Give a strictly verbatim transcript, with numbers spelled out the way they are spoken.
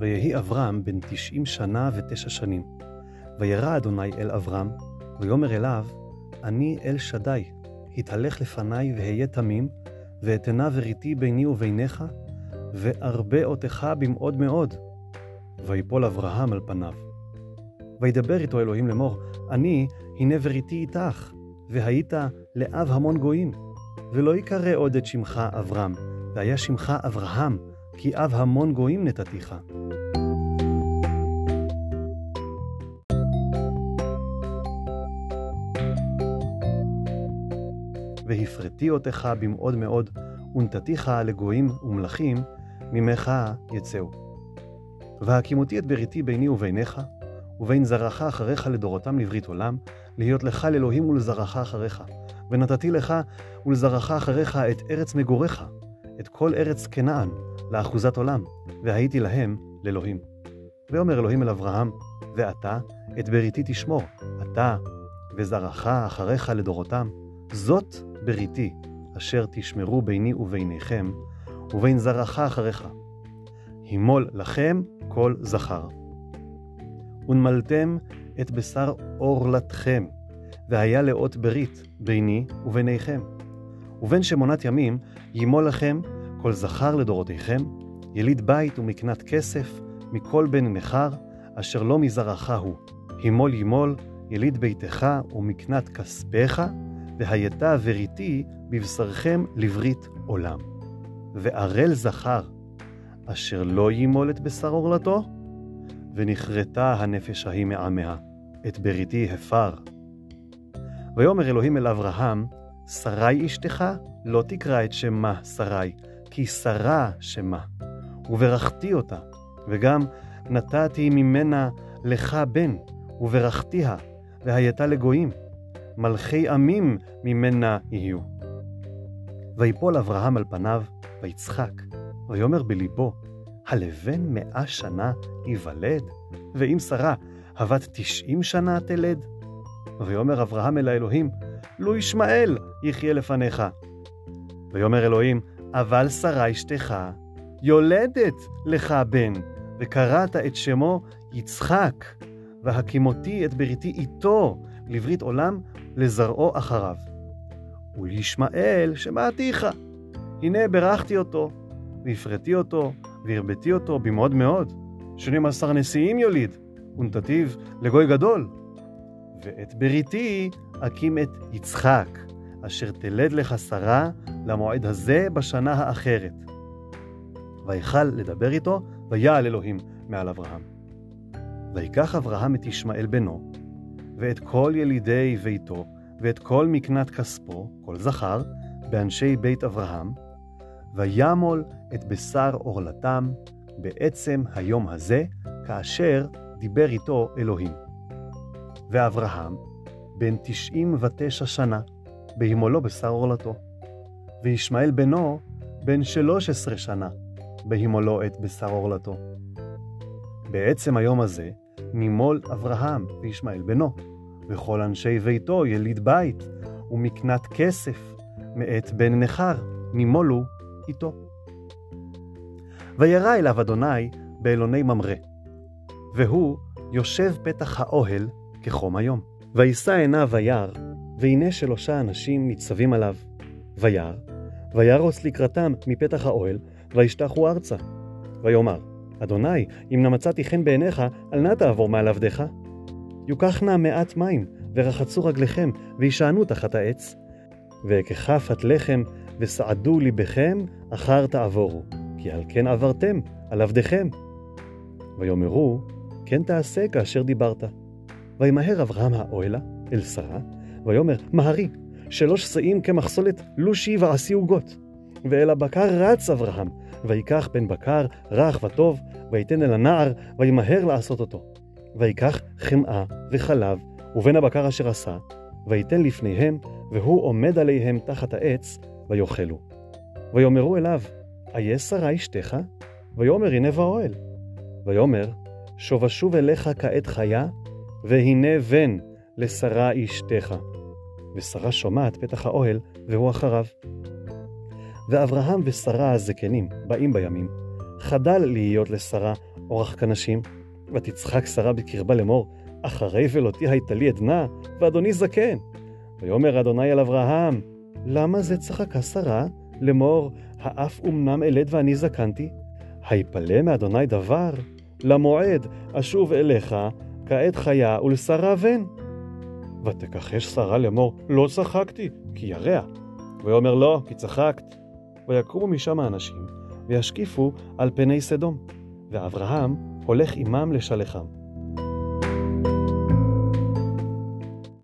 ויהי אברהם בן תשעים שנה ותשע שנים. וירא אדוני אל אברהם, ויאמר אליו, אני אל שדי, התהלך לפניי והיה תמים, ואתנה בריתי ביני וביניך, וארבה אותך במאוד מאוד. ויפול אברהם על פניו. וידבר איתו אלוהים לאמור, אני הנה בריתי איתך, והיית לאב המון גויים, ולא יקרא עוד את שמך אברהם, והיה שמך אברהם, כי אב המון גויים נתתיך. והפרתי אותך במאוד מאוד, ונתתיך לגויים ומלכים, ממך יצאו. והקימותי את בריתי ביני וביניך, ובין זרעך אחריך לדורותם לברית עולם, להיות לך לאלוהים ולזרעך אחריך. ונתתי לך ולזרעך אחריך את ארץ מגוריך, את כל ארץ כנען, לאחוזת עולם, והייתי להם לאלוהים. ואומר אלוהים אל אברהם, ואתה את בריתי תשמור, אתה וזרעך אחריך לדורותם, זאת בריתי, אשר תשמרו ביני וביניכם, ובין זרעך אחריך. הימול לכם כל זכר. ונמלתם את בשר אורלתכם, והיה לאות ברית ביני וביניכם. ובין שמונת ימים ימול לכם כל זכר לדורותיכם, יליד בית ומקנת כסף, מכל בן נחר, אשר לא מזרעך הוא. הימול ימול יליד ביתך ומקנת כספך, והייתה בריתי בבשרכם לברית עולם. וערל זכר, אשר לא ימול את בשר אורלתו, ונכרתה הנפש ההיא מעמיה, את בריתי הפר. ויאמר אלוהים אל אברהם, שרי אשתך לא תקרא את שמה שרי, כי שרה שמה, וברכתי אותה, וגם נתתי ממנה לך בן, וברכתיה, והייתה לגויים, מלכי עמים ממנה יהיו. ויפול אברהם על פניו, ויצחק, ויאמר בליבו, הלבן מאה שנה ייוולד, ואם שרה הבת תשעים שנה תלד. ויאמר אברהם אל האלוהים, לו ישמעאל יחיה לפניך. ויאמר אלוהים, אבל שרה אשתך יולדת לך בן, וקראת את שמו יצחק, והקימותי את בריתי איתו לברית עולם לזרעו אחריו. ולישמעאל שמעתיך, הנה ברכתי אותו, והפרתי אותו, והרבתי אותו במאוד מאוד, שנים עשר נשיאים יוליד, ונתתיו לגוי גדול. ואת בריתי אקים את יצחק, אשר תלד לך שרה למועד הזה בשנה האחרת. ויכל לדבר איתו, ויעל אלוהים מעל אברהם. ויקח אברהם את ישמעאל בנו, ואת כל ילידי ביתו, ואת כל מקנת כספו, כל זכר, באנשי בית אברהם, וימול את בשר אורלתם בעצם היום הזה, כאשר דיבר איתו אלוהים. ואברהם בן תשעים ותשע שנה, בהימולו בשר אורלתו. וישמעאל בנו בן שלוש עשרה שנה, בהימולו את בשר אורלתו. בעצם היום הזה נימול אברהם וישמעאל בנו, וכל אנשי ביתו יליד בית, ומקנת כסף, מאת בן נחר, נימולו איתו. וירא אליו אדוני באלוני ממרא, והוא יושב פתח האוהל כחום היום. וישא עיניו וירא, והנה שלושה אנשים ניצבים עליו. וירא, וירוץ לקראתם מפתח האוהל, וישתחו ארצה. ויאמר, אדוני, אם נמצאתי חן בעיניך, אל נא תעבור מעל עבדך. יוקח נא מעט מים, ורחצו רגליכם, וישענו תחת העץ. ואקחה פת לחם, וסעדו ליבכם, אחר תעבורו, כי על כן עברתם, על עבדכם. ויאמרו, כן תעשה כאשר דיברת. וימהר אברהם האוהלה אל שרה, ויאמר, מהרי, שלוש שאים כמחסולת לושי ועשי עוגות. ואל הבקר רץ אברהם, ויקח בן בקר רך וטוב, ויתן אל הנער, וימהר לעשות אותו. ויקח חמאה וחלב, ובן הבקר אשר עשה, ויתן לפניהם, והוא עומד עליהם תחת העץ, ויאכלו. ויאמרו אליו, איה שרה אשתך? ויאמר, הנה באוהל. ויאמר, שוב אשוב אליך כעת חיה, והנה בן לשרה אשתך. ושרה שומעת פתח האוהל, והוא אחריו. ואברהם ושרה הזקנים באים בימים, חדל להיות לשרה אורח כנשים, ותצחק שרה בקרבה לאמור, אחרי ולותי הייתה לי עדנה, ואדוני זקן. ויאמר אדוני אל אברהם, למה זה צחקה שרה? לאמור, האף אומנם אלד ואני זקנתי? היפלא מאדוני דבר, למועד אשוב אליך, כעת חיה ולשרה בן. ותכחש שרה לאמור, לא צחקתי, כי ירע. ויאמר לא, כי צחקת. ויקומו משם האנשים, וישקיפו על פני סדום. ואברהם הולך עמם לשלחם.